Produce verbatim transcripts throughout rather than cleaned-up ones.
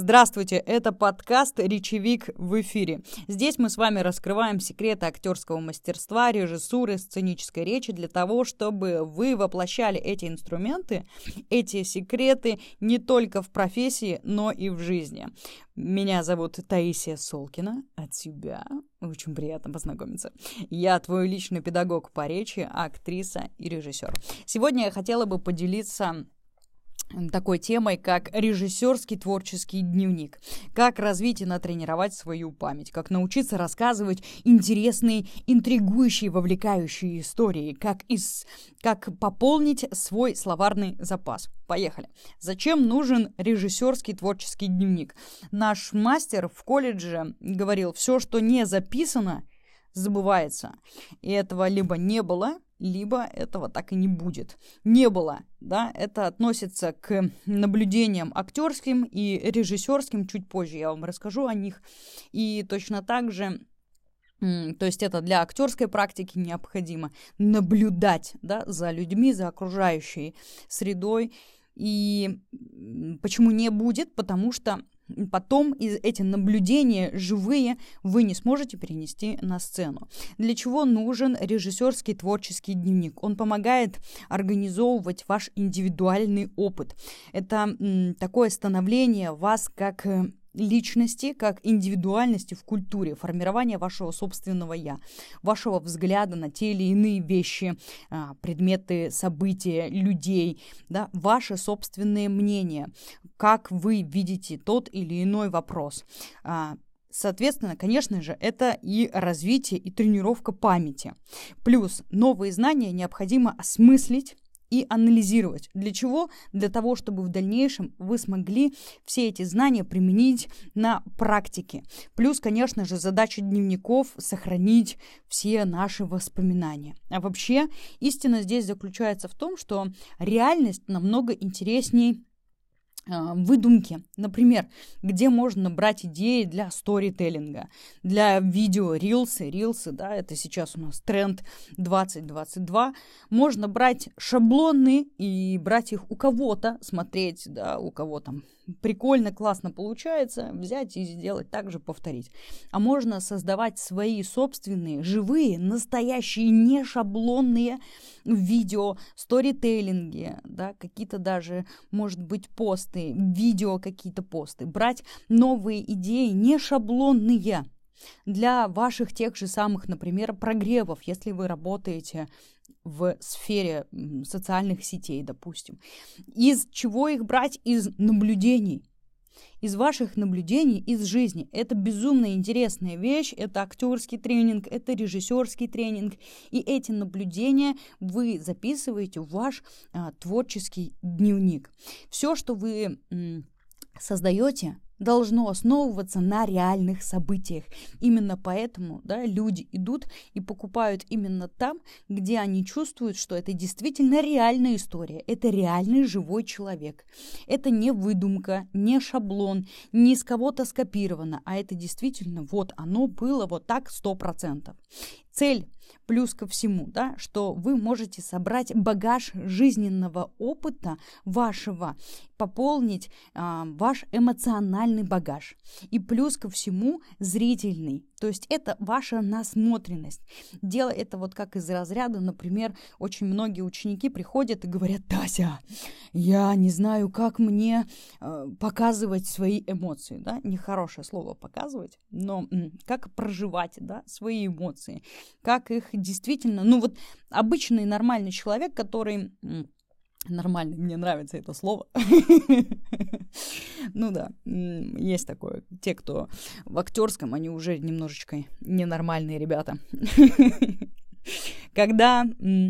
Здравствуйте, это подкаст «Речевик» в эфире. Здесь мы с вами раскрываем секреты актерского мастерства, режиссуры, сценической речи для того, чтобы вы воплощали эти инструменты, эти секреты не только в профессии, но и в жизни. Меня зовут Таисия Солкина, от себя. Очень приятно познакомиться. Я твой личный педагог по речи, актриса и режиссер. Сегодня я хотела бы поделиться такой темой, как режиссерский творческий дневник. Как развить и натренировать свою память. Как научиться рассказывать интересные, интригующие, вовлекающие истории. Как, из, как пополнить свой словарный запас. Поехали. Зачем нужен режиссерский творческий дневник? Наш мастер в колледже говорил, все, что не записано, забывается. И этого либо не было, либо этого так и не будет. Не было, да, это относится к наблюдениям актерским и режиссерским, чуть позже я вам расскажу о них. И точно так же, то есть это для актерской практики необходимо наблюдать, да, за людьми, за окружающей средой. И почему не будет? Потому что потом эти наблюдения живые вы не сможете перенести на сцену. Для чего нужен режиссерский творческий дневник? Он помогает организовывать ваш индивидуальный опыт. Это м, такое становление вас как личности, как индивидуальности в культуре, формирование вашего собственного «я», вашего взгляда на те или иные вещи, предметы, события, людей, да, ваше собственное мнение, как вы видите тот или иной вопрос. Соответственно, конечно же, это и развитие, и тренировка памяти. Плюс новые знания необходимо осмыслить и анализировать. Для чего? Для того, чтобы в дальнейшем вы смогли все эти знания применить на практике. Плюс, конечно же, задача дневников — сохранить все наши воспоминания. А вообще, истина здесь заключается в том, что реальность намного интереснее выдумки. Например, где можно брать идеи для сторителлинга, для видео, рилсы, рилсы, да, это сейчас у нас тренд двадцать двадцать два. Можно брать шаблоны и брать их у кого-то, смотреть, да, у кого там прикольно, классно получается, взять и сделать так же, повторить. А можно создавать свои собственные, живые, настоящие, не шаблонные видео, сторителлинги, да, какие-то даже, может быть, посты, видео какие-то посты. Брать новые идеи, не шаблонные, для ваших тех же самых, например, прогревов, если вы работаете в сфере социальных сетей, допустим. Из чего их брать? Из наблюдений. Из ваших наблюдений, из жизни. Это безумно интересная вещь, это актерский тренинг, это режиссерский тренинг. И эти наблюдения вы записываете в ваш а, творческий дневник. Все, что вы м, создаете, должно основываться на реальных событиях. Именно поэтому, да, люди идут и покупают именно там, где они чувствуют, что это действительно реальная история, это реальный живой человек. Это не выдумка, не шаблон, не из кого-то скопировано, а это действительно вот оно было вот так сто процентов. Цель плюс ко всему, да, что вы можете собрать багаж жизненного опыта вашего, пополнить а, ваш эмоциональный багаж. И плюс ко всему зрительный. То есть это ваша насмотренность. Дело это вот как из разряда, например, очень многие ученики приходят и говорят: Тася, я не знаю, как мне э, показывать свои эмоции. Да? Нехорошее слово показывать, но м, как проживать, да, свои эмоции. Как их действительно, ну вот обычный нормальный человек, который... Нормальный, мне нравится это слово. Ну да, есть такое. Те, кто в актерском, они уже немножечко ненормальные ребята. Когда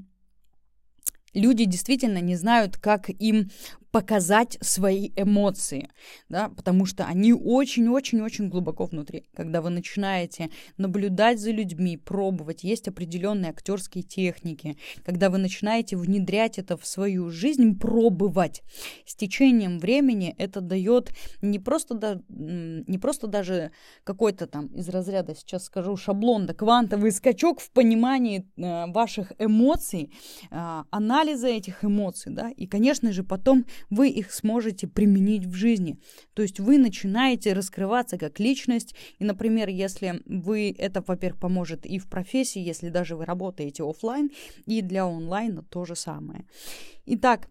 люди действительно не знают, как им показать свои эмоции, да, потому что они очень-очень-очень глубоко внутри. Когда вы начинаете наблюдать за людьми, пробовать, есть определенные актерские техники, когда вы начинаете внедрять это в свою жизнь, пробовать, с течением времени это дает не просто, да, не просто даже какой-то там из разряда, сейчас скажу, шаблон, да, квантовый скачок в понимании э, ваших эмоций, э, анализ анализа этих эмоций, да, и, конечно же, потом вы их сможете применить в жизни. То есть вы начинаете раскрываться как личность, и, например, если вы, это, во-первых, поможет и в профессии, если даже вы работаете офлайн, и для онлайна то же самое. Итак,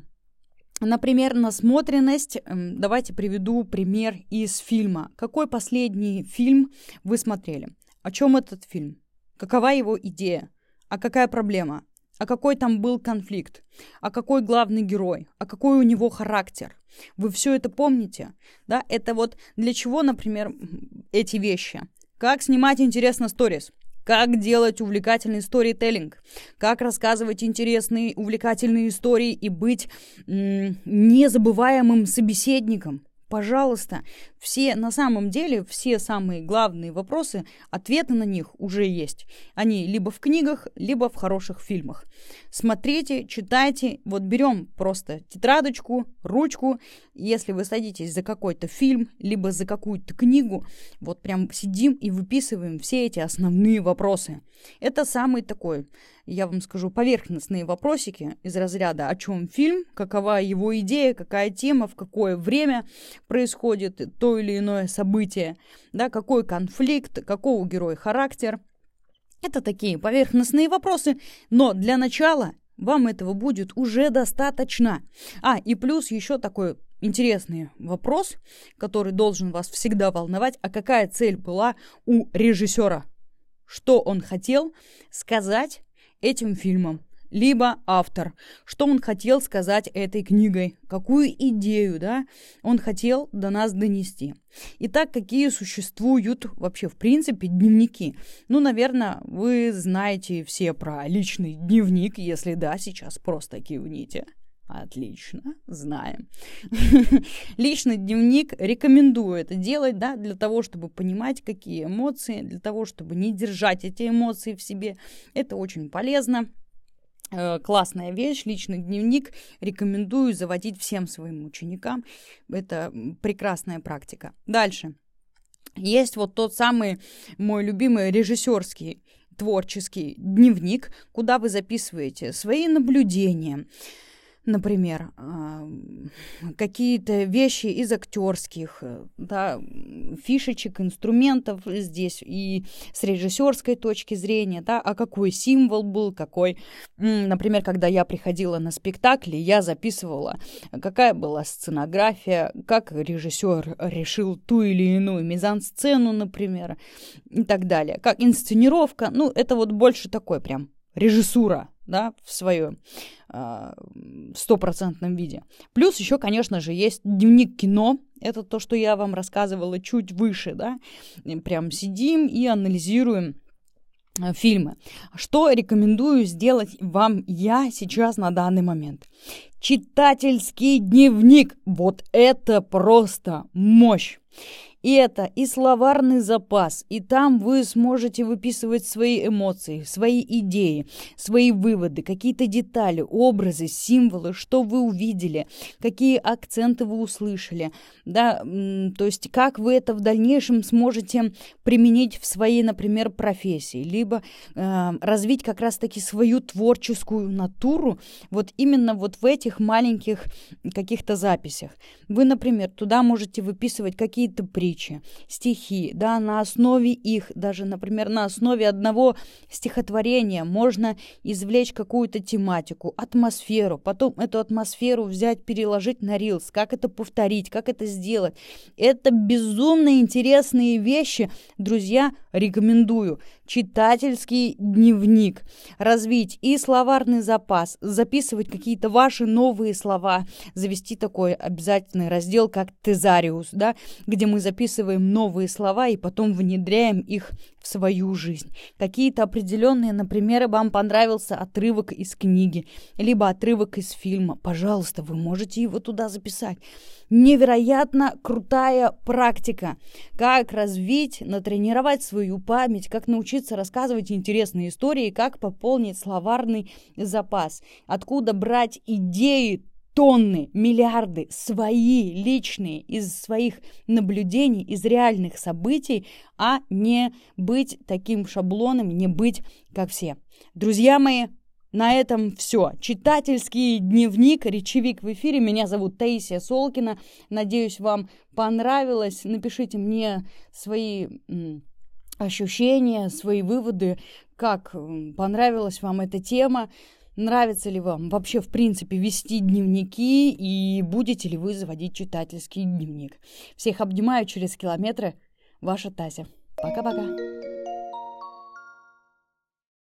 например, насмотренность. Давайте приведу пример из фильма. Какой последний фильм вы смотрели? О чем этот фильм? Какова его идея? А какая проблема? А какой там был конфликт? А какой главный герой? А какой у него характер? Вы все это помните? Да? Это вот для чего, например, эти вещи? Как снимать интересно сторис? Как делать увлекательный сторителлинг, как рассказывать интересные, увлекательные истории и быть м- незабываемым собеседником. Пожалуйста, все, на самом деле, все самые главные вопросы, ответы на них уже есть. Они либо в книгах, либо в хороших фильмах. Смотрите, читайте. Вот берем просто тетрадочку, ручку. Если вы садитесь за какой-то фильм, либо за какую-то книгу, вот прям сидим и выписываем все эти основные вопросы. Это самый такой, я вам скажу, поверхностные вопросики из разряда: о чем фильм, какова его идея, какая тема, в какое время происходит то или иное событие, да, какой конфликт, какой у героя характер. Это такие поверхностные вопросы, но для начала вам этого будет уже достаточно. А, и плюс еще такой интересный вопрос, который должен вас всегда волновать: а какая цель была у режиссера? Что он хотел сказать этим фильмом? Либо автор, что он хотел сказать этой книгой, какую идею, да, он хотел до нас донести. Итак, какие существуют вообще, в принципе, дневники? Ну, наверное, вы знаете все про личный дневник, если да, сейчас просто кивните. Отлично, знаем. Личный дневник, рекомендую это делать, да, для того, чтобы понимать, какие эмоции, для того, чтобы не держать эти эмоции в себе. Это очень полезно. Классная вещь, личный дневник. Рекомендую заводить всем своим ученикам. Это прекрасная практика. Дальше. Есть вот тот самый мой любимый режиссерский творческий дневник, куда вы записываете свои наблюдения. Например, какие-то вещи из актерских, да, фишечек, инструментов здесь и с режиссерской точки зрения, да, а какой символ был, какой, например, когда я приходила на спектакли, я записывала, какая была сценография, как режиссер решил ту или иную мизансцену, например, и так далее, как инсценировка, ну, это вот больше такой прям режиссура, да, в своем стопроцентном виде. Плюс еще, конечно же, есть дневник кино. Это то, что я вам рассказывала чуть выше, да. Прям сидим и анализируем фильмы. Что рекомендую сделать вам я сейчас на данный момент? Читательский дневник. Вот это просто мощь. И это и словарный запас, и там вы сможете выписывать свои эмоции, свои идеи, свои выводы, какие-то детали, образы, символы, что вы увидели, какие акценты вы услышали, да, то есть как вы это в дальнейшем сможете применить в своей, например, профессии, либо э, развить как раз-таки свою творческую натуру вот именно вот в этих маленьких каких-то записях. Вы, например, туда можете выписывать какие-то притчи, стихи, да, на основе их, даже, например, на основе одного стихотворения можно извлечь какую-то тематику, атмосферу, потом эту атмосферу взять, переложить на рилс, как это повторить, как это сделать. Это безумно интересные вещи, друзья, рекомендую. Читательский дневник, развить и словарный запас, записывать какие-то ваши новые слова, завести такой обязательный раздел, как тезариус, да, где мы записываем новые слова и потом внедряем их в свою жизнь. Какие-то определенные, например, вам понравился отрывок из книги, либо отрывок из фильма. Пожалуйста, вы можете его туда записать. Невероятно крутая практика. Как развить, натренировать свою память, как научиться рассказывать интересные истории, как пополнить словарный запас. Откуда брать идеи, тонны, миллиарды свои личные из своих наблюдений, из реальных событий, а не быть таким шаблоном, не быть как все. Друзья мои, На этом все. Читательский дневник, речевик в эфире. Меня зовут Таисия Солкина. Надеюсь, вам понравилось. Напишите мне свои м, ощущения, свои выводы, как понравилась вам эта тема. Нравится ли вам вообще, в принципе, вести дневники и будете ли вы заводить читательский дневник? Всех обнимаю через километры. Ваша Тася. Пока-пока.